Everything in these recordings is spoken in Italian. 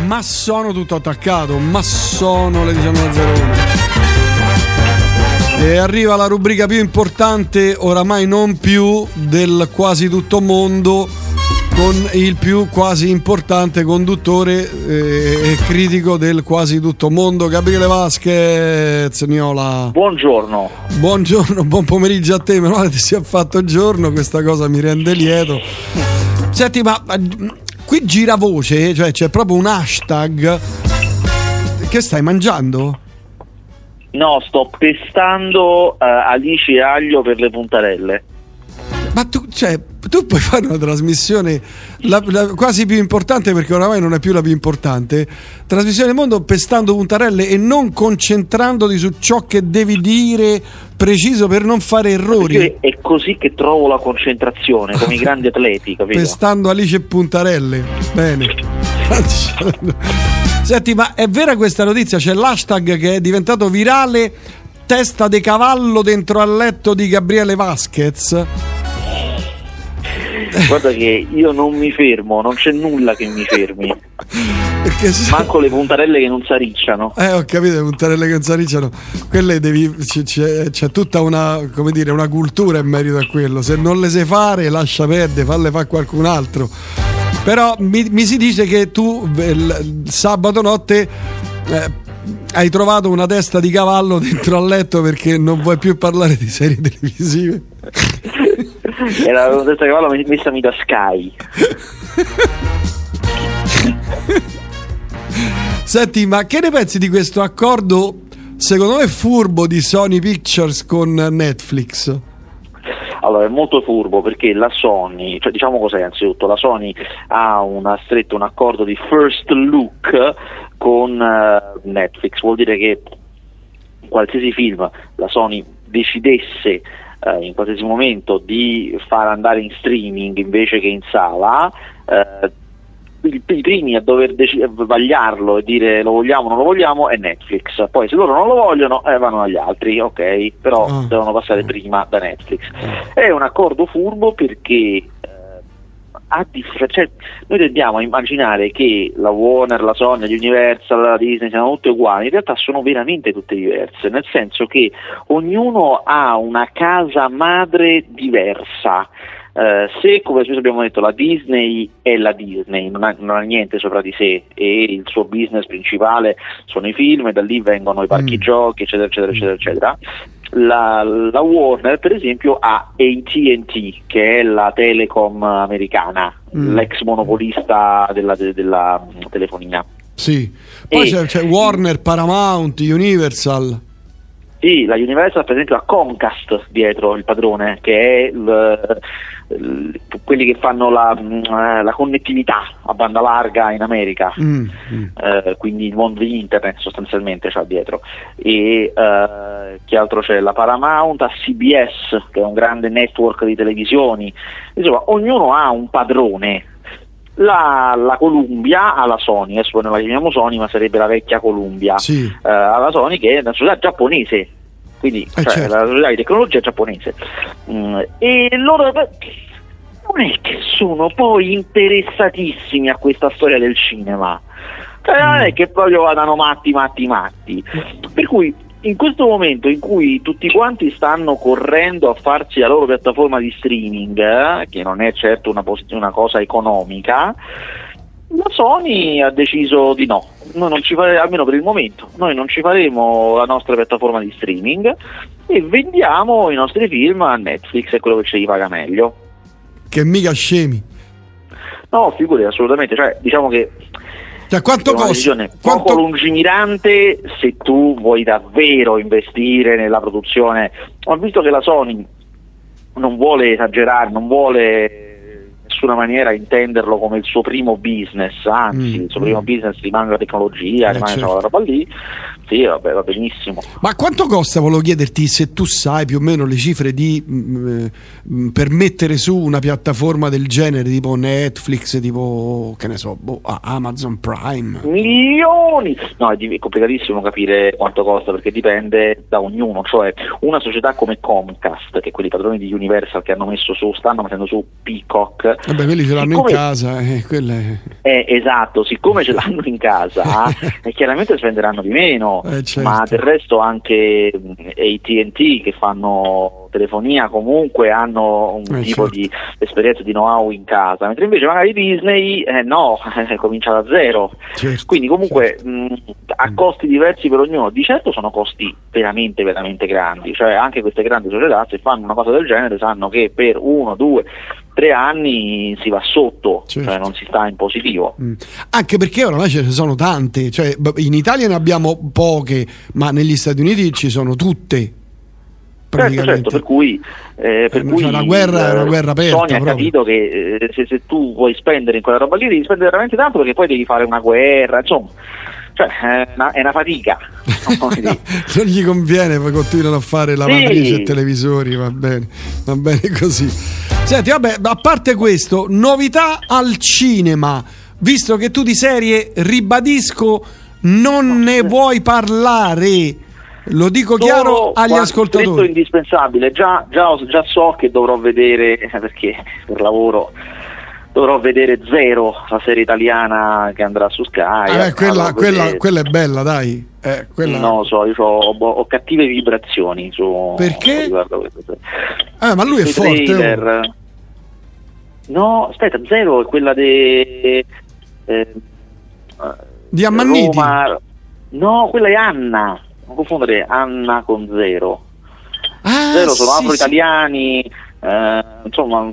ma sono tutto attaccato, ma sono le 19:01. E arriva la rubrica più importante, oramai non più, del quasi tutto mondo, con il più quasi importante conduttore e critico del quasi tutto mondo, Gabriele Vasquez. Niola. Buongiorno, buon pomeriggio a te, meno male ti sia fatto giorno, questa cosa mi rende lieto. Senti, ma qui gira voce, cioè c'è proprio un hashtag. Che stai mangiando? No, sto pestando alici e aglio per le puntarelle. Ma tu puoi fare una trasmissione la quasi più importante, perché oramai non è più la più importante, trasmissione del mondo, pestando puntarelle e non concentrandoti su ciò che devi dire preciso per non fare errori. Perché è così che trovo la concentrazione, come i grandi atleti, capito? Pestando alici e puntarelle. Bene. Senti, ma è vera questa notizia? C'è l'hashtag che è diventato virale: testa di cavallo dentro al letto di Gabriele Vasquez. Guarda che io non mi fermo, non c'è nulla che mi fermi. Perché manco le puntarelle che non s'arricciano. Ho capito, le puntarelle che non s'arricciano. Quelle c'è tutta una, come dire, una cultura in merito a quello. Se non le sai fare, lascia perdere, falle fare qualcun altro. Però mi si dice che tu il sabato notte hai trovato una testa di cavallo dentro al letto perché non vuoi più parlare di serie televisive. Era una testa di cavallo messami da Sky. Senti, ma che ne pensi di questo accordo, secondo me furbo, di Sony Pictures con Netflix? Allora, è molto furbo perché la Sony, cioè diciamo cos'è anzitutto, la Sony ha stretto un accordo di first look con Netflix. Vuol dire che qualsiasi film la Sony decidesse in qualsiasi momento di far andare in streaming invece che in sala, i primi a dover vagliarlo e dire lo vogliamo o non lo vogliamo è Netflix. Poi se loro non lo vogliono vanno agli altri, ok, però devono passare prima da Netflix. È un accordo furbo perché cioè, noi tendiamo a immaginare che la Warner, la Sony, l'Universal, la Disney siano tutte uguali. In realtà sono veramente tutte diverse, nel senso che ognuno ha una casa madre diversa. Se, come spesso abbiamo detto, la Disney è la Disney, non ha niente sopra di sé e il suo business principale sono i film e da lì vengono i parchi giochi, eccetera eccetera eccetera eccetera. La Warner per esempio ha AT&T, che è la telecom americana, l'ex monopolista della telefonia. Sì, poi c'è Warner, Paramount, Universal. Sì, la Universal per esempio ha Comcast dietro, il padrone, che è quelli che fanno la connettività a banda larga in America, quindi il mondo di internet sostanzialmente c'ha dietro. E che altro c'è? La Paramount ha CBS, che è un grande network di televisioni. Insomma, ognuno ha un padrone. La Columbia ha la Sony, adesso noi la chiamiamo Sony ma sarebbe la vecchia Columbia, sì. La Sony, che è una società giapponese, quindi certo. La società di tecnologia giapponese, e loro non è che sono poi interessatissimi a questa storia del cinema, cioè non è che proprio vadano matti, per cui in questo momento in cui tutti quanti stanno correndo a farsi la loro piattaforma di streaming, che non è certo una cosa economica, la Sony ha deciso di no. Noi non ci faremo, almeno per il momento, noi non ci faremo la nostra piattaforma di streaming e vendiamo i nostri film a Netflix, è quello che ci paga meglio. Che mica scemi. No, figurati, assolutamente, cioè diciamo che quanto costa? Poco lungimirante se tu vuoi davvero investire nella produzione. Ho visto che la Sony non vuole esagerare, non vuole in nessuna maniera intenderlo come il suo primo business, anzi il suo primo business rimane la tecnologia, rimane certo. quella roba lì. Sì, vabbè, va benissimo. Ma quanto costa, volevo chiederti, se tu sai più o meno le cifre di per mettere su una piattaforma del genere, tipo Netflix, tipo, che ne so, Amazon Prime? Milioni! No, è complicatissimo capire quanto costa, perché dipende da ognuno. Cioè, una società come Comcast, che quelli padroni di Universal che hanno messo su, stanno mettendo su Peacock, Vabbè, quelli ce l'hanno in casa, esatto, siccome ce l'hanno in casa, chiaramente spenderanno di meno, certo. Ma del resto anche AT&T, che fanno telefonia, comunque hanno un tipo certo. di esperienza, di know-how in casa, mentre invece magari Disney comincia da zero, certo, quindi comunque certo. A costi diversi per ognuno. Di certo sono costi veramente veramente grandi, cioè anche queste grandi società, se fanno una cosa del genere, sanno che per 1, 2, 3 anni si va sotto, certo. Cioè non si sta in positivo. Anche perché oramai ce ne sono tante, cioè in Italia ne abbiamo poche, ma negli Stati Uniti ci sono tutte. Certo, per cui una guerra aperta. Sony ha capito che se tu vuoi spendere in quella roba lì, devi spendere veramente tanto, perché poi devi fare una guerra, insomma, cioè è una fatica. Non gli conviene, poi continuano a fare lavatrici e televisori, va bene così. Senti, vabbè, a parte questo, novità al cinema, visto che tu di serie, ribadisco, non ne vuoi parlare. Lo dico chiaro agli ascoltatori. È indispensabile. Già so che dovrò vedere, perché per lavoro dovrò vedere Zero, la serie italiana che andrà su Sky. Quella è bella, dai. Non lo so, io ho cattive vibrazioni su. Perché? Ma lui è forte. Trailer. No, aspetta, Zero è quella di Ammanniti. Roma. No, quella è Anna. Non confondere Anna con Zero. Zero sono afro-italiani, insomma,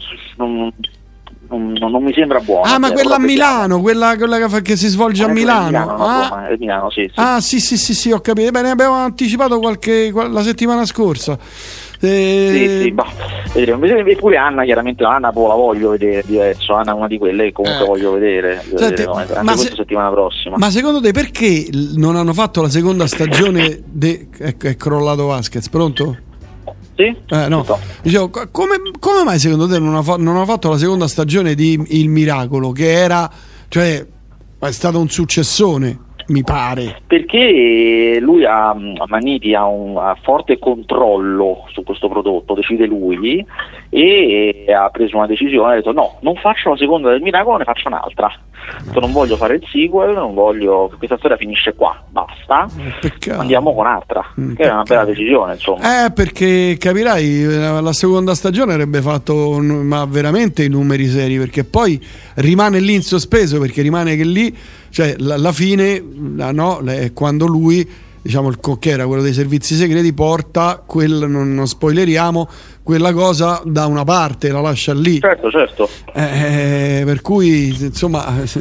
non mi sembra buona. Ma quella a Milano, quella che si svolge a Milano. Milano, sì. Sì, ho capito. Bene, abbiamo anticipato la settimana scorsa. Sì, vedremo. Eppure Anna, chiaramente Anna la voglio vedere diverso. Anna è una di quelle che comunque voglio vedere. Senti, anche questa settimana prossima. Ma secondo te perché non hanno fatto la seconda stagione è crollato Vasquez? Pronto? Sì? No. Dicevo, come mai secondo te non hanno fatto la seconda stagione di Il Miracolo, che era, cioè, è stato un successone, mi pare? Perché lui Ammanniti ha forte controllo su questo prodotto, decide lui, e ha preso una decisione, ha detto no, non faccio la seconda del Miracolo, ne faccio un'altra. Non voglio fare il sequel, non voglio, questa storia finisce qua, basta, andiamo con un'altra, che è una bella decisione, insomma. Perché capirai, la seconda stagione avrebbe fatto veramente i numeri seri, perché poi rimane lì in sospeso, perché rimane che lì, cioè la fine, è quando lui, diciamo, il cocchiera, quello dei servizi segreti, porta non spoileriamo, quella cosa da una parte, la lascia lì. Certo. Per cui, insomma,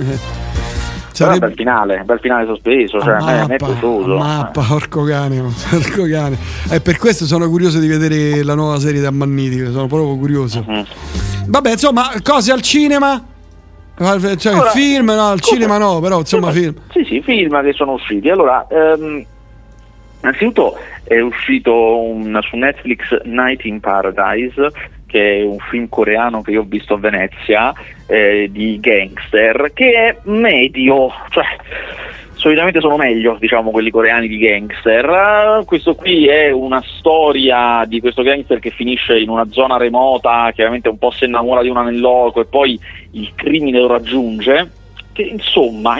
sarebbe bel finale sospeso, cioè a me è piaciuto. Porco cane. E per questo sono curioso di vedere la nuova serie di Ammanniti, sono proprio curioso. Vabbè, insomma, cose al cinema. Cioè, film al cinema no, però insomma film. Sì, film che sono usciti. Allora, innanzitutto è uscito su Netflix Night in Paradise, che è un film coreano che io ho visto a Venezia, di gangster, che è medio, cioè solitamente sono meglio, diciamo, quelli coreani di gangster. Questo qui è una storia di questo gangster che finisce in una zona remota, chiaramente un po' si innamora di una nell'oco e poi il crimine lo raggiunge. Che insomma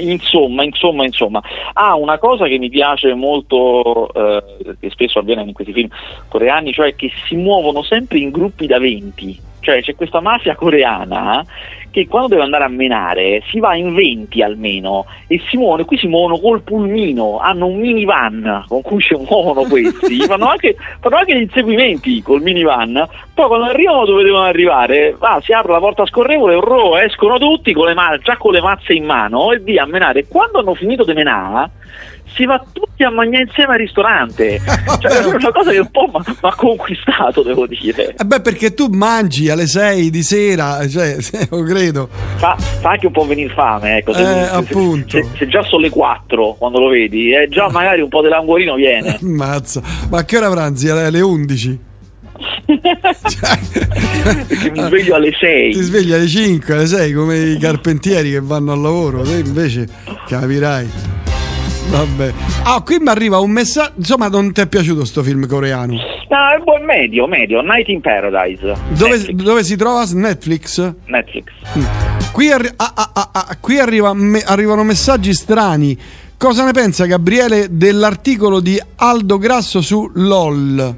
ha una cosa che mi piace molto, che spesso avviene in questi film coreani, cioè che si muovono sempre in gruppi da 20, cioè c'è questa mafia coreana che quando deve andare a menare si va in 20 almeno, e si muovono col pulmino, hanno un minivan con cui si muovono questi, fanno anche gli inseguimenti col minivan, poi quando arrivano dove devono arrivare, si apre la porta scorrevole, escono tutti già con le mazze in mano e via a menare. Quando hanno finito di menare si va tutti a mangiare insieme al ristorante, cioè è una cosa che un po' mi ha conquistato, devo dire. Perché tu mangi alle 6 di sera, cioè, lo credo. Fa anche un po' venire fame, ecco. Appunto. Se già sono le 4 quando lo vedi, già magari un po' di languorino viene. Mazza, ma a che ora pranzi? Alle 11? Perché mi sveglio alle 6. Ti svegli alle 5, alle 6, come i carpentieri che vanno al lavoro. Te invece capirai. Vabbè. Qui mi arriva un messaggio. Insomma, non ti è piaciuto sto film coreano? No, è buon medio. Night in Paradise. Dove si trova? Netflix? Netflix. Qui arrivano messaggi strani. Cosa ne pensa Gabriele dell'articolo di Aldo Grasso su LOL?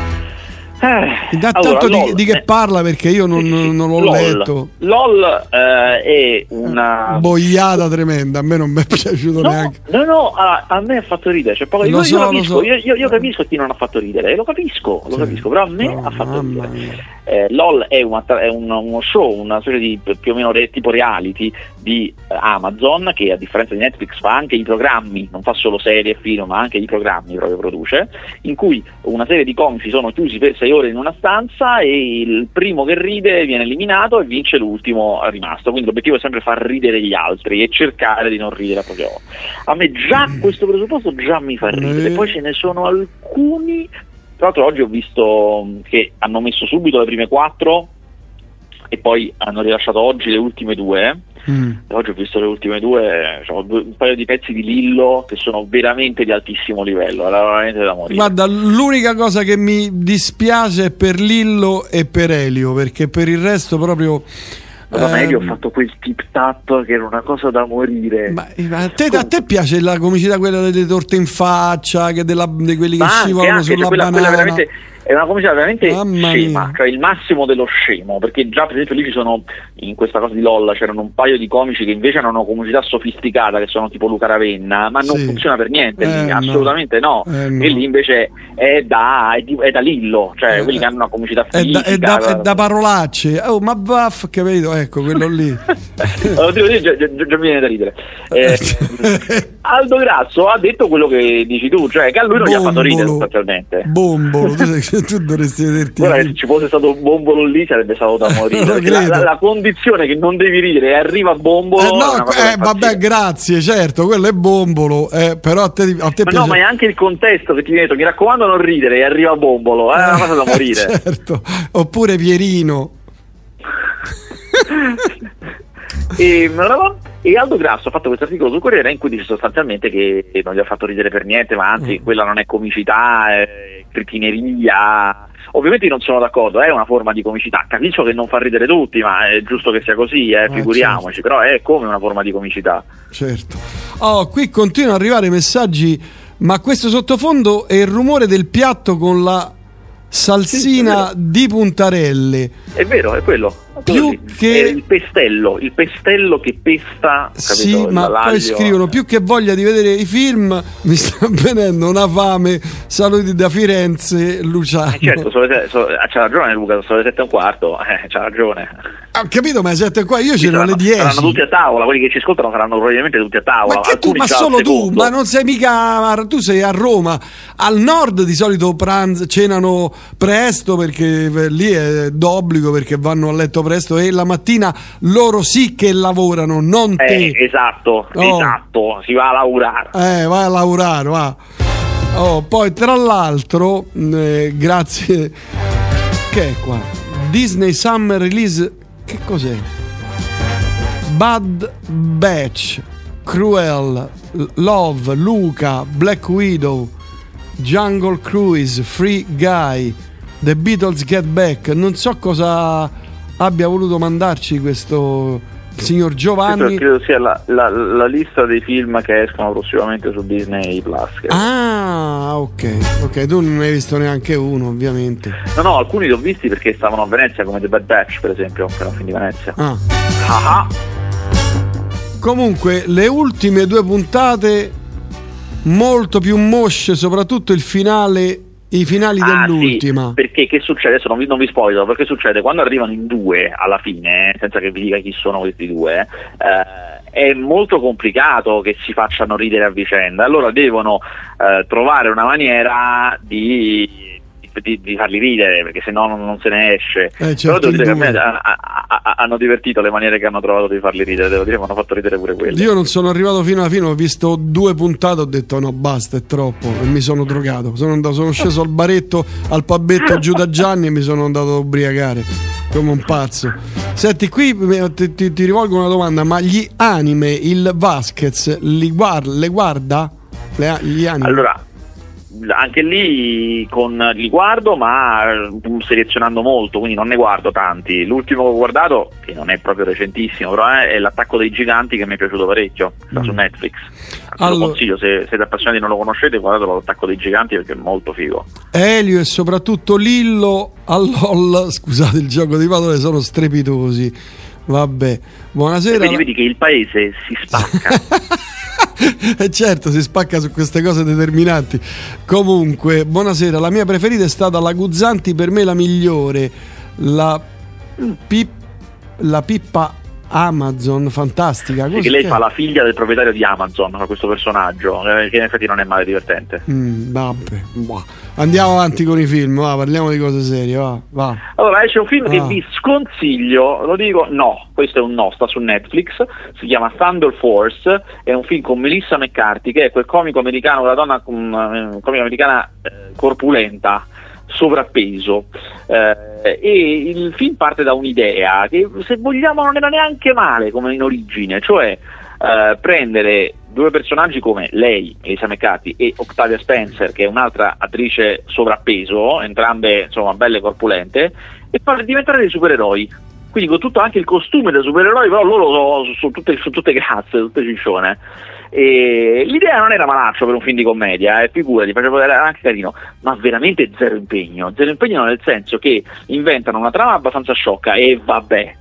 Intanto LOL, di che parla, perché io non l'ho letto. LOL è una boiata tremenda, a me non mi è piaciuto neanche. No, a me ha fatto ridere, cioè, io capisco, io capisco chi non ha fatto ridere, lo capisco, però a me ha fatto ridere. LOL è uno show, una serie di più o meno tipo reality di Amazon, che a differenza di Netflix fa anche i programmi, non fa solo serie e film, ma anche i programmi proprio produce, in cui una serie di comici sono chiusi per 6 ore in una stanza e il primo che ride viene eliminato e vince l'ultimo rimasto, quindi l'obiettivo è sempre far ridere gli altri e cercare di non ridere proprio. A me già questo presupposto già mi fa ridere, poi ce ne sono alcuni. Tra l'altro oggi ho visto che hanno messo subito le prime 4 e poi hanno rilasciato oggi le ultime 2. Oggi ho visto le ultime 2, un paio di pezzi di Lillo che sono veramente di altissimo livello, veramente da morire. Guarda, l'unica cosa che mi dispiace è per Lillo e per Elio, perché per il resto proprio... Elio ho fatto quel tip tap che era una cosa da morire. Ma a te piace la comicità, quella delle torte in faccia, che di quelli che scivolano sulla banana? È una comicità veramente scema, cioè il massimo dello scemo, perché già per esempio lì ci sono, in questa cosa di LOL c'erano un paio di comici che invece hanno una comicità sofisticata, che sono tipo Luca Ravenna, ma non funziona per niente lì, assolutamente no. E lì invece è da Lillo, cioè quelli che hanno una comicità fisica, è da parolacce. Oh, ma vaff, capito? Ecco, quello lì. Già mi viene da ridere. Aldo Grasso ha detto quello che dici tu, cioè che a lui non gli ha fatto ridere sostanzialmente. Bombolo, tu dovresti vederti. Guarda, se ci fosse stato Bombolo lì sarebbe stato da morire. La condizione che non devi ridere e arriva Bombolo. Vabbè, grazie, certo, quello è Bombolo, però a te piace. No, ma è anche il contesto che ti viene detto, mi raccomando non ridere e arriva Bombolo, è una cosa da morire. Certo, oppure Pierino. E Aldo Grasso ha fatto questo articolo sul Corriere in cui dice sostanzialmente che non gli ha fatto ridere per niente, ma anzi quella non è comicità, è cretineria. Ovviamente non sono d'accordo, è una forma di comicità, capisco che non fa ridere tutti, ma è giusto che sia così, figuriamoci, certo. Però è come una forma di comicità. Certo. Qui continuano ad arrivare messaggi, ma questo sottofondo è il rumore del piatto con la salsina di puntarelle. È vero, è quello. Più che è il pestello che pesta, capito? Sì, ma poi scrivono: più che voglia di vedere i film, mi sta venendo una fame. Saluti da Firenze, Luciano. Certo, c'ha ragione Luca, sono le 7:15, c'ha ragione. Ho capito, ma 7:15 io c'ero alle 10. Saranno tutti a tavola, quelli che ci ascoltano saranno probabilmente tutti a tavola. Ma solo tu, ma non sei mica, tu sei a Roma. Al nord di solito cenano presto, perché lì è d'obbligo, perché vanno a letto presto e la mattina loro sì che lavorano, non te. Esatto, si va a lavorare. Vai a lavorare, va. Poi tra l'altro, grazie. Che è qua? Disney Summer Release. Che cos'è? Bad Batch, Cruel, Love, Luca, Black Widow, Jungle Cruise, Free Guy, The Beatles Get Back. Non so cosa abbia voluto mandarci questo signor Giovanni. Credo sia la lista dei film che escono prossimamente su Disney Plus. Ok, tu non ne hai visto neanche uno, ovviamente. No, alcuni li ho visti perché stavano a Venezia, come The Bad Batch per esempio, che era un film di Venezia. Comunque le ultime 2 puntate molto più mosce, soprattutto il finale. I finali dell'ultima. Sì, perché che succede? Adesso non vi spoilerò, perché succede quando arrivano in 2 alla fine, senza che vi dica chi sono questi 2, è molto complicato che si facciano ridere a vicenda. Allora devono trovare una maniera di farli ridere, perché sennò non se ne esce. Certo, però devo dire che a me hanno divertito le maniere che hanno trovato di farli ridere, devo dire, mi hanno fatto ridere pure quelli. Io non sono arrivato fino alla fine, ho visto 2 puntate, ho detto no, basta, è troppo, e mi sono drogato, sono sceso al baretto, al pubetto giù da Gianni, e mi sono andato a ubriacare come un pazzo. Senti, qui ti rivolgo una domanda: ma gli anime, il Vasquez le guarda? Gli anime? Allora, anche lì li guardo, ma selezionando molto, quindi non ne guardo tanti. L'ultimo che ho guardato, che non è proprio recentissimo, però è L'Attacco dei Giganti, che mi è piaciuto parecchio, sta su Netflix. Lo consiglio, se siete appassionati e non lo conoscete, guardatelo, L'Attacco dei Giganti, perché è molto figo. Elio e soprattutto Lillo all'OL, scusate il gioco di parole, sono strepitosi. Vabbè, buonasera. Vedi che il paese si spacca. E certo, si spacca su queste cose determinanti. Comunque, buonasera, la mia preferita è stata la Guzzanti, per me la migliore, la Pippa Amazon, fantastica. Sì, che lei fa la figlia del proprietario di Amazon, fa questo personaggio, che in effetti non è male divertente. Vabbè, andiamo avanti con i film, parliamo di cose serie, va. Allora, c'è un film che vi sconsiglio, lo dico, no, questo è un no, sta su Netflix, si chiama Thunder Force, è un film con Melissa McCarthy, che è quel comico americano, una donna comica americana corpulenta, sovrappeso, e il film parte da un'idea che, se vogliamo, non era neanche male come in origine, cioè prendere due personaggi come lei, Melissa McCarthy, e Octavia Spencer, che è un'altra attrice sovrappeso, entrambe insomma belle corpulente, e farle diventare dei supereroi, quindi con tutto anche il costume dei supereroi, però loro sono tutte grasse, tutte ciccione. E l'idea non era malaccio per un film di commedia, figurati, era anche carino, ma veramente zero impegno nel senso che inventano una trama abbastanza sciocca e vabbè,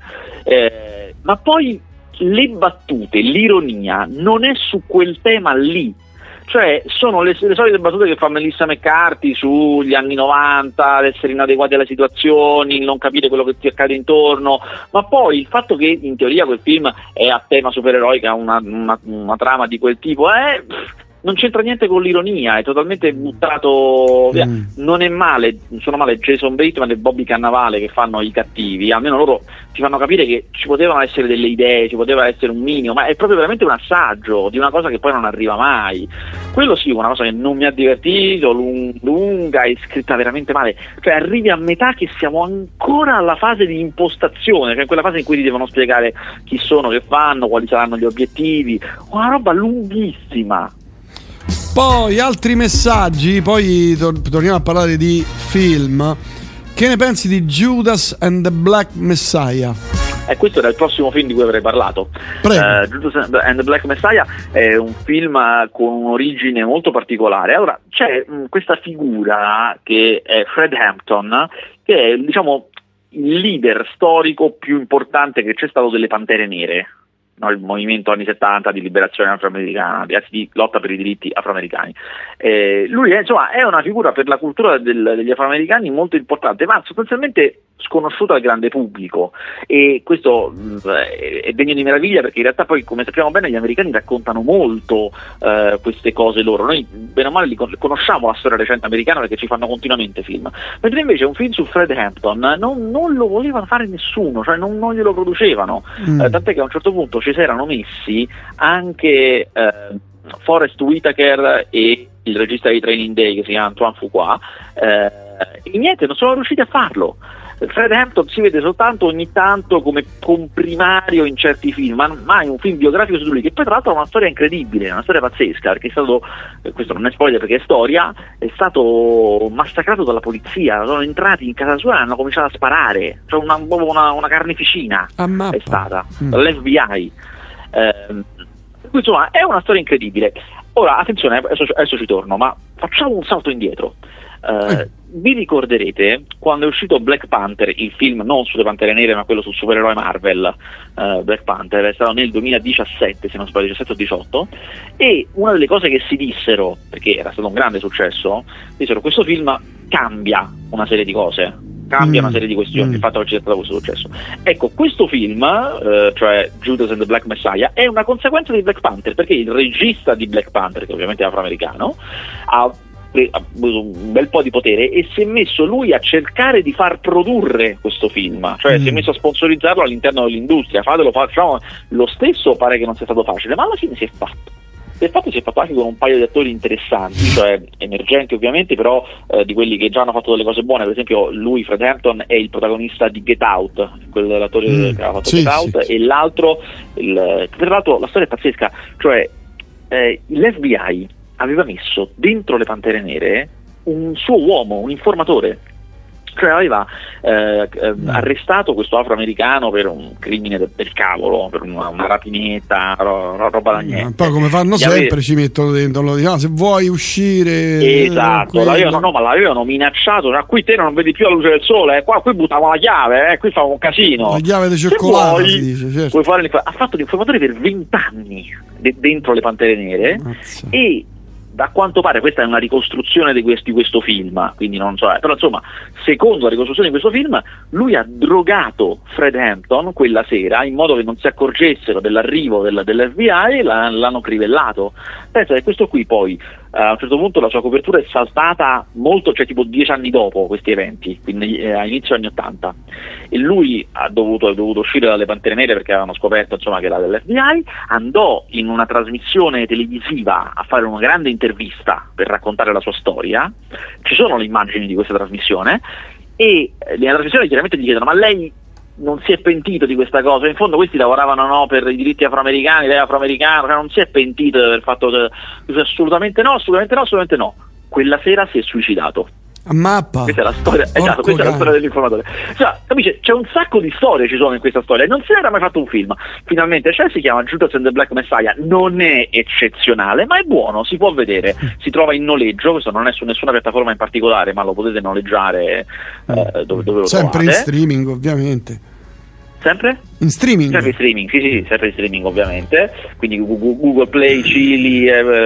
ma poi le battute, l'ironia non è su quel tema lì, cioè sono le solite battute che fa Melissa McCarthy sugli anni 90, l'essere inadeguati alle situazioni, il non capire quello che ti accade intorno, ma poi il fatto che in teoria quel film è a tema supereroi, che ha una trama di quel tipo, non c'entra niente con l'ironia, è totalmente buttato via. Non è male, sono male Jason Bateman e Bobby Cannavale che fanno i cattivi, almeno loro ti fanno capire che ci potevano essere delle idee, ci poteva essere un minimo, ma è proprio veramente un assaggio di una cosa che poi non arriva mai. Quello sì, una cosa che non mi ha divertito, lunga e scritta veramente male, cioè arrivi a metà che siamo ancora alla fase di impostazione, cioè quella fase in cui ti devono spiegare chi sono, che fanno, quali saranno gli obiettivi, una roba lunghissima. Poi altri messaggi, poi torniamo a parlare di film. Che ne pensi di Judas and the Black Messiah? Questo era il prossimo film di cui avrei parlato. Judas and the Black Messiah è un film con un'origine molto particolare. Allora, c'è questa figura che è Fred Hampton, che è, diciamo, il leader storico più importante che c'è stato delle Pantere Nere. No, il movimento anni 70 di liberazione afroamericana, di lotta per i diritti afroamericani. Lui è una figura per la cultura degli afroamericani molto importante, ma sostanzialmente sconosciuta al grande pubblico, e questo è degno di meraviglia, perché in realtà poi, come sappiamo bene, gli americani raccontano molto queste cose loro. Noi bene o male conosciamo la storia recente americana perché ci fanno continuamente film, mentre invece un film su Fred Hampton non lo volevano fare nessuno, cioè non glielo producevano, tant'è che a un certo punto ci si erano messi anche Forest Whitaker e il regista di Training Day, che si chiama Antoine Fuqua, e niente, non sono riusciti a farlo. Fred Hampton si vede soltanto ogni tanto come comprimario in certi film, ma mai un film biografico su lui, che poi tra l'altro ha una storia incredibile, una storia pazzesca, perché è stato, questo non è spoiler perché è storia, è stato massacrato dalla polizia, sono entrati in casa sua e hanno cominciato a sparare, cioè una carneficina è stata, dall'FBI. Insomma, è una storia incredibile. Ora, attenzione, adesso ci torno, ma facciamo un salto indietro. Vi ricorderete quando è uscito Black Panther, il film non sulle Pantere Nere ma quello sul supereroe Marvel, Black Panther, è stato nel 2017, se non sbaglio, 17 o 18, e una delle cose che si dissero, perché era stato un grande successo, dissero: questo film cambia una serie di cose, cambia una serie di questioni, il fatto che ci sia stato questo successo. Ecco, questo film, cioè Judas and the Black Messiah, è una conseguenza di Black Panther, perché il regista di Black Panther, che ovviamente è afroamericano, ha avuto un bel po' di potere e si è messo lui a cercare di far produrre questo film, cioè si è messo a sponsorizzarlo all'interno dell'industria. Facciamo lo stesso, pare che non sia stato facile, ma alla fine si è fatto. Si è fatto anche con un paio di attori interessanti, cioè emergenti ovviamente, però di quelli che già hanno fatto delle cose buone. Per esempio lui, Fred Hampton, è il protagonista di Get Out, quell'attore che aveva fatto Get Out, e l'altro, tra l'altro la storia è pazzesca, cioè l'FBI aveva messo dentro le Pantere Nere un suo uomo, un informatore. Cioè aveva arrestato questo afroamericano per un crimine del cavolo, per una rapinetta, roba da niente. Poi come fanno sempre ci mettono dentro, lo dicono, se vuoi uscire. Esatto, l'avevano minacciato, qui te non vedi più la luce del sole, qui buttavo la chiave, qui fa un casino. La chiave di cioccolato si dice, certo. Ha fatto l'informatore per 20 anni dentro le Pantere Nere. Mazza. E da quanto pare questa è una ricostruzione di questo film, quindi non so, però insomma, secondo la ricostruzione di questo film, lui ha drogato Fred Hampton quella sera in modo che non si accorgessero dell'arrivo dell'FBI e l'hanno crivellato. Pensa che questo qui poi a un certo punto la sua copertura è saltata molto, cioè tipo 10 anni dopo questi eventi, quindi a inizio anni 80, e lui è dovuto uscire dalle Pantere Nere perché avevano scoperto insomma che era dell'FBI, andò in una trasmissione televisiva a fare una grande intervista per raccontare la sua storia. Ci sono le immagini di questa trasmissione e nella trasmissione chiaramente gli chiedono: ma lei non si è pentito di questa cosa? In fondo questi lavoravano per i diritti afroamericani, lei è afroamericano, cioè non si è pentito di aver fatto assolutamente no. Quella sera si è suicidato. A mappa. Questa è la storia, esatto, questa è la storia dell'informatore. Cioè, capisci? C'è un sacco di storie ci sono in questa storia, non si era mai fatto un film. Finalmente si chiama Judas and the Black Messiah, non è eccezionale, ma è buono, si può vedere, si trova in noleggio, questo non è su nessuna piattaforma in particolare, ma lo potete noleggiare dove lo sempre trovate. In streaming, ovviamente. Sempre? In streaming? Sempre in streaming, sì, sempre in streaming ovviamente, quindi Google Play, Chili,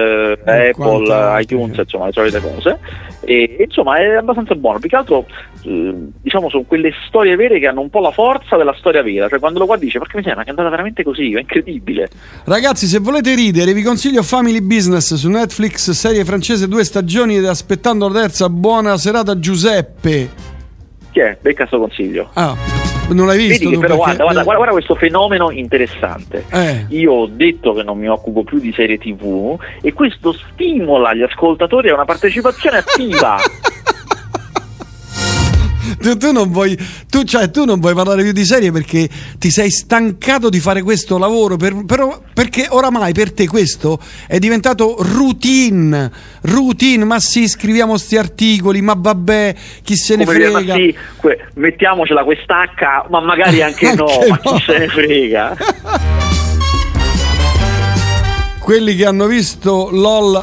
Apple, iTunes, insomma le solite cose, e insomma è abbastanza buono, più che altro diciamo sono quelle storie vere che hanno un po' la forza della storia vera, cioè quando lo guardi dice perché mi sembra che è andata veramente così, è incredibile. Ragazzi, se volete ridere vi consiglio Family Business su Netflix, serie francese, 2 stagioni ed aspettando la terza. Buona serata Giuseppe. Chi è? Becca sto consiglio. Non l'hai visto? Vedi che però guarda questo fenomeno interessante. Io ho detto che non mi occupo più di serie TV e questo stimola gli ascoltatori a una partecipazione attiva. Tu non vuoi parlare più di serie perché ti sei stancato di fare questo lavoro, però perché oramai per te questo è diventato routine. Ma sì, scriviamo sti articoli, ma vabbè, chi se ne frega. Ma sì, mettiamocela quest'H, ma magari anche no, ma chi se ne frega. Quelli che hanno visto LOL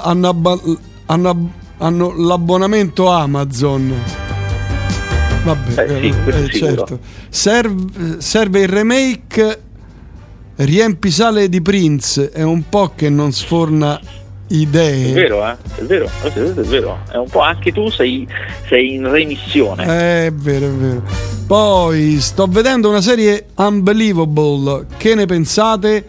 hanno l'abbonamento Amazon. Vabbè, sì, certo. Serve il remake Riempi sale di Prince, è un po' che non sforna idee. È vero, è vero. È un po' anche tu sei in remissione. È vero. Poi sto vedendo una serie Unbelievable, che ne pensate?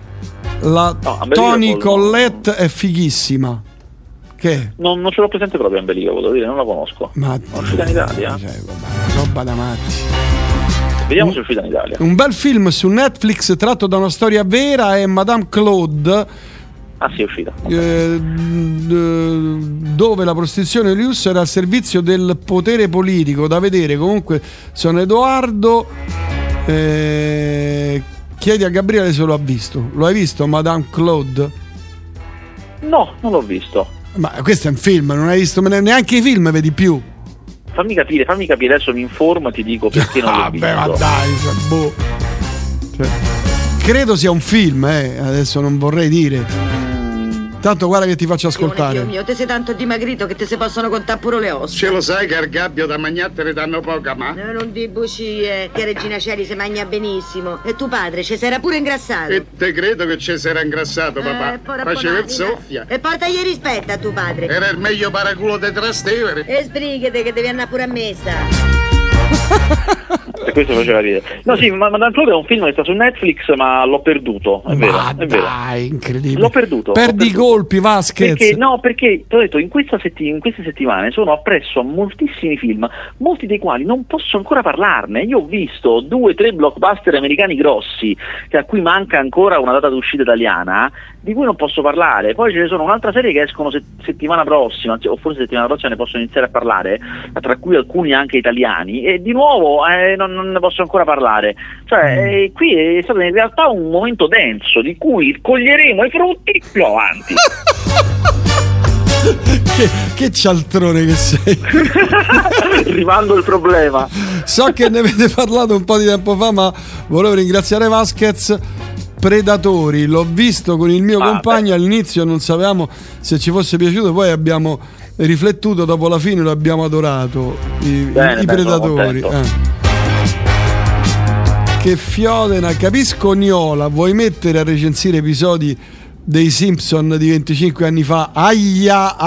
Toni Collette è fighissima. Che? Non ce l'ho presente proprio Unbelievable, devo dire, non la conosco. Ma non uscita in Italia. Roba da matti. Vediamo se è uscita in Italia. Un bel film su Netflix tratto da una storia vera è Madame Claude. Sì, è uscita. Dove la prostituzione di lusso era al servizio del potere politico. Da vedere. Comunque sono Edoardo. Chiedi a Gabriele se lo ha visto. Lo hai visto Madame Claude? No, non l'ho visto. Ma questo è un film, non hai visto neanche i film, vedi più. Fammi capire, adesso mi informo e ti dico perché non l'ho visto. Ma dai, credo sia un film, adesso non vorrei dire. Tanto guarda che ti faccio ascoltare. Dio mio, te sei tanto dimagrito che te si possono contare pure le ossa. Ce lo sai che al gabbio da mangiare ne danno poca, ma? No, non di bucie, che Regina Celi si mangia benissimo. E tuo padre ci si era pure ingrassato. E te credo che ci si era ingrassato, papà. Faceva il soffia. E portagli rispetto a tuo padre. Era il meglio paraculo di Trastevere. E sbrighete che devi andare pure a messa. E questo faceva ridere. No, sì, ma Madame Claude è un film che sta su Netflix, ma l'ho perduto. È vero. Dai, incredibile. L'ho perduto. Perdi i colpi, Vasquez. Perché ti ho detto, in queste settimane sono appresso a moltissimi film, molti dei quali non posso ancora parlarne. Io ho visto 2-3 blockbuster americani grossi, a cui manca ancora una data d'uscita italiana, di cui non posso parlare. Poi ce ne sono un'altra serie che escono settimana prossima, o forse settimana prossima ne posso iniziare a parlare, tra cui alcuni anche italiani, e di nuovo non ne posso ancora parlare. Cioè qui è stato in realtà un momento denso di cui coglieremo i frutti più avanti. Che cialtrone che sei. Rimando il problema. So che ne avete parlato un po' di tempo fa, ma volevo ringraziare Vasquez. Predatori, l'ho visto con il mio compagno, all'inizio non sapevamo se ci fosse piaciuto, poi abbiamo riflettuto, dopo la fine lo abbiamo adorato. I Predatori. Che fiodena, capisco Niola, vuoi mettere a recensire episodi dei Simpson di 25 anni fa? Aia.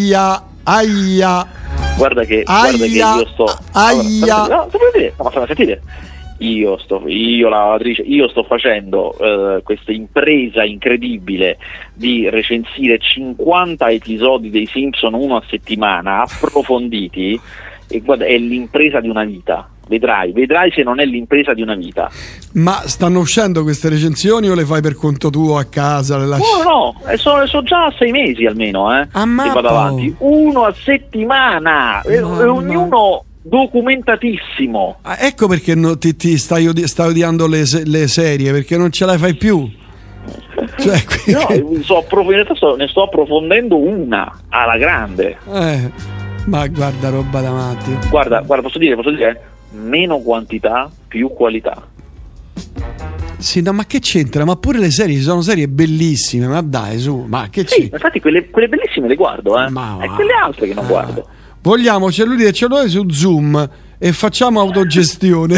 Guarda che io sto sentire. Io sto facendo questa impresa incredibile di recensire 50 episodi dei Simpson uno a settimana, approfonditi, e guarda, è l'impresa di una vita. Vedrai se non è l'impresa di una vita. Ma stanno uscendo queste recensioni o le fai per conto tuo a casa? Le lasci? No, sono già 6 mesi almeno, che vado avanti. Uno a settimana, e ognuno documentatissimo. Ecco perché ti stai odiando le serie, perché non ce la fai più. Cioè, ne sto approfondendo una alla grande. Ma guarda, roba da matti. Guarda, posso dire? Meno quantità, più qualità. Sì, no, ma che c'entra? Ma pure le serie, ci sono serie bellissime, ma dai, su, ma che c'è? Sì, infatti quelle bellissime le guardo, e quelle altre che non guardo. Vogliamo cellulari e cellulari su Zoom e facciamo autogestione.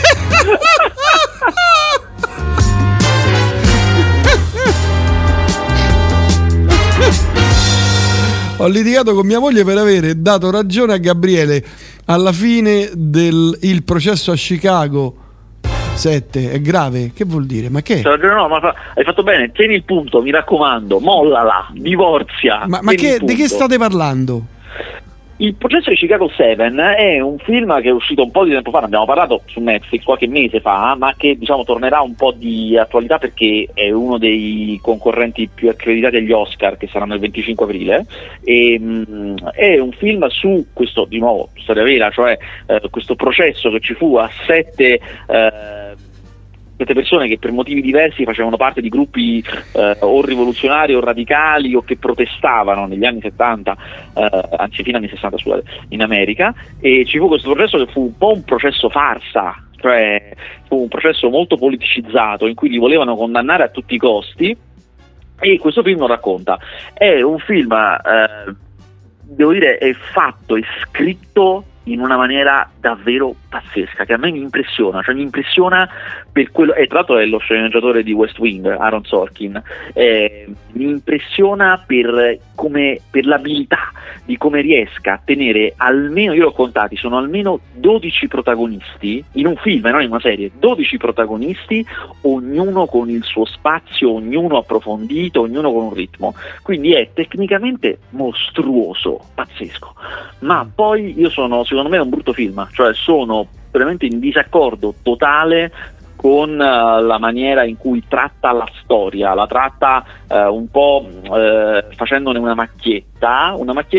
Ho litigato con mia moglie per avere dato ragione a Gabriele alla fine del processo a Chicago 7. È grave? Che vuol dire? Ma che? No, ma hai fatto bene, tieni il punto, mi raccomando, mollala, divorzia. Ma di che state parlando? Il processo di Chicago 7 è un film che è uscito un po' di tempo fa, ne abbiamo parlato su Netflix qualche mese fa, ma che tornerà un po' di attualità perché è uno dei concorrenti più accreditati agli Oscar, che saranno il 25 aprile, e è un film su questo, di nuovo, storia vera, cioè questo processo che ci fu a 7 persone che per motivi diversi facevano parte di gruppi o rivoluzionari o radicali o che protestavano negli anni 70, anzi fino agli anni 60 in America, e ci fu questo processo che fu un po' un processo farsa, cioè fu un processo molto politicizzato in cui li volevano condannare a tutti i costi, e questo film lo racconta. È un film, devo dire, è fatto, è scritto in una maniera davvero pazzesca, che a me mi impressiona per quello, e tra l'altro è lo sceneggiatore di West Wing, Aaron Sorkin, mi impressiona per l'abilità di come riesca a tenere almeno, io l'ho contati, sono almeno 12 protagonisti in un film, non in una serie, 12 protagonisti, ognuno con il suo spazio, ognuno approfondito, ognuno con un ritmo, quindi è tecnicamente mostruoso, pazzesco, ma poi secondo me è un brutto film, cioè sono veramente in disaccordo totale con la maniera in cui tratta la storia, la tratta un po' facendone una macchietta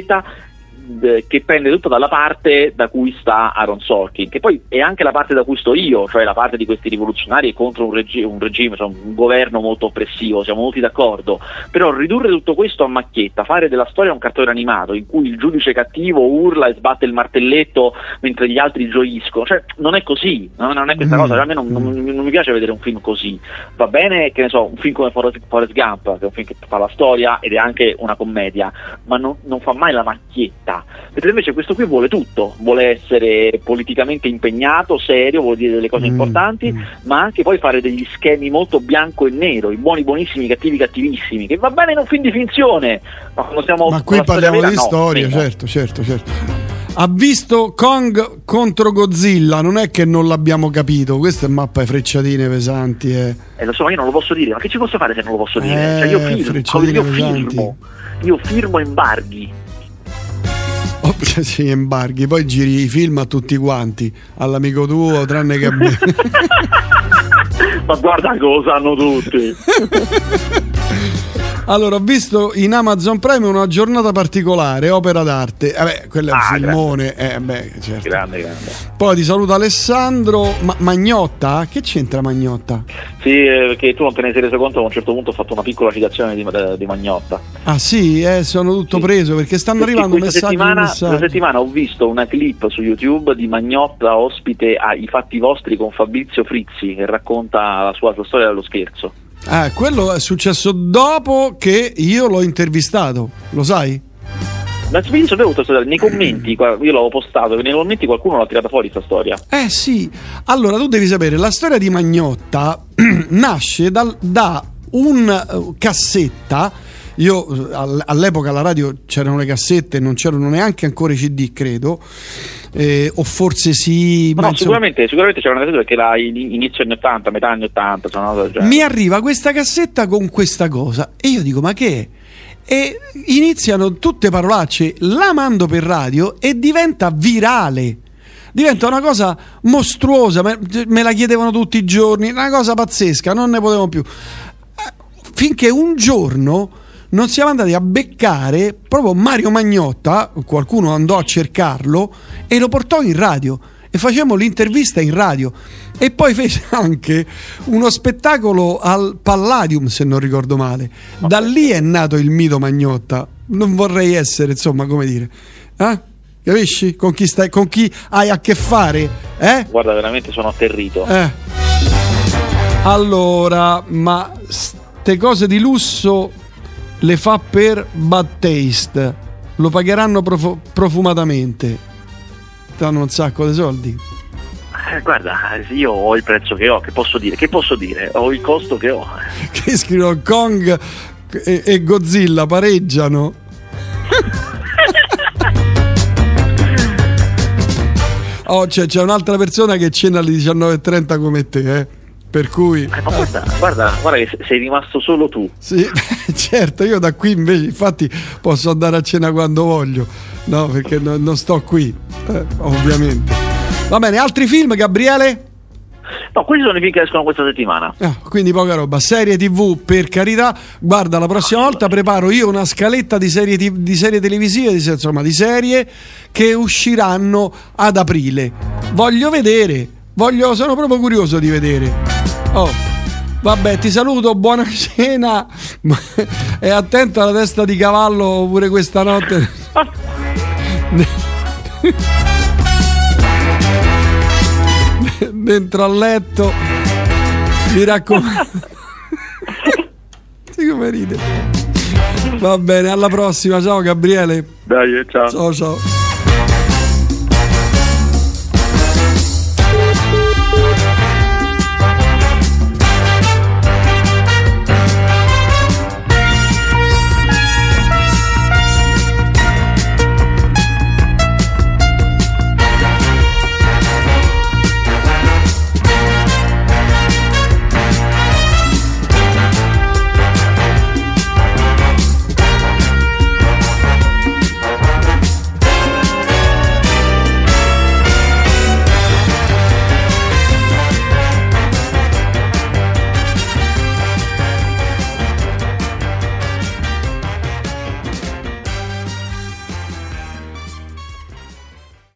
che pende tutto dalla parte da cui sta Aaron Sorkin, che poi è anche la parte da cui sto io, cioè la parte di questi rivoluzionari contro un regime, cioè un governo molto oppressivo, siamo tutti d'accordo, però ridurre tutto questo a macchietta, fare della storia un cartone animato in cui il giudice cattivo urla e sbatte il martelletto mentre gli altri gioiscono, cioè non è così, non è questa cosa, a me non mi piace vedere un film così. Va bene, che ne so, un film come Forrest Gump, che è un film che fa la storia ed è anche una commedia, ma non fa mai la macchietta, mentre invece questo qui vuole tutto, vuole essere politicamente impegnato, serio, vuole dire delle cose importanti, ma anche poi fare degli schemi molto bianco e nero, i buoni buonissimi, i cattivi cattivissimi, che va bene in un film di finzione, ma quando siamo ma qui parliamo di storia, certo. Ha visto Kong contro Godzilla, non è che non l'abbiamo capito, questa è mappa di frecciatine pesanti. Lo so, ma io non lo posso dire, ma che ci posso fare se non lo posso dire? Cioè io firmo embarghi. Sì, embarghi, poi giri i film a tutti quanti, all'amico tuo, tranne che a me. Ma guarda che lo sanno tutti. Allora, ho visto in Amazon Prime Una giornata particolare, opera d'arte. Quello è un filmone. Certo. Grande. Poi ti saluta Alessandro. Magnotta? Che c'entra Magnotta? Sì, perché tu non te ne sei reso conto, a un certo punto ho fatto una piccola citazione di Magnotta. Ah sì, sono tutto preso perché stanno arrivando messaggi. Questa settimana ho visto una clip su YouTube di Magnotta ospite ai Fatti Vostri con Fabrizio Frizzi, che racconta la sua storia dello scherzo. Quello è successo dopo che io l'ho intervistato, lo sai? Ma io sapevo questa storia, nei commenti, io l'avevo postato, nei commenti qualcuno l'ha tirata fuori questa storia. Sì, allora tu devi sapere, la storia di Magnotta nasce da un cassetta. Io all'epoca alla radio c'erano le cassette, non c'erano neanche ancora i CD, credo, o forse sì. No, sicuramente c'erano le cassette, perché inizio anni 80, metà anni 80. Mi arriva questa cassetta con questa cosa e io dico: ma che è? E iniziano tutte parolacce, la mando per radio e diventa virale. Diventa una cosa mostruosa, me la chiedevano tutti i giorni, una cosa pazzesca, non ne potevo più. Finché un giorno non siamo andati a beccare proprio Mario Magnotta, qualcuno andò a cercarlo e lo portò in radio e facemmo l'intervista in radio, e poi fece anche uno spettacolo al Palladium, se non ricordo male. Da lì è nato il mito Magnotta. Non vorrei essere, insomma, come dire, capisci? Con chi hai a che fare? Guarda, veramente sono atterrito. Allora, ma ste cose di lusso le fa per bad taste, lo pagheranno profumatamente, danno un sacco di soldi. Guarda, io ho il prezzo che ho, che posso dire? Ho il costo che ho. Che scrivono Kong e Godzilla pareggiano. C'è un'altra persona che cena alle 19:30 come te, per cui ma guarda che sei rimasto solo tu. Sì, certo, io da qui invece infatti posso andare a cena quando voglio, no, perché non sto qui, ovviamente. Va bene, altri film, Gabriele? No, questi sono i film che escono questa settimana. Quindi poca roba. Serie TV, per carità. Guarda, la prossima volta preparo io una scaletta di serie televisive, insomma, di serie che usciranno ad aprile. Voglio vedere, sono proprio curioso di vedere. Vabbè, ti saluto, buona cena. E attento alla testa di cavallo pure questa notte. Dentro al letto, mi raccomando. Sì, come ride. Va bene, alla prossima, ciao Gabriele. Dai, ciao. Ciao.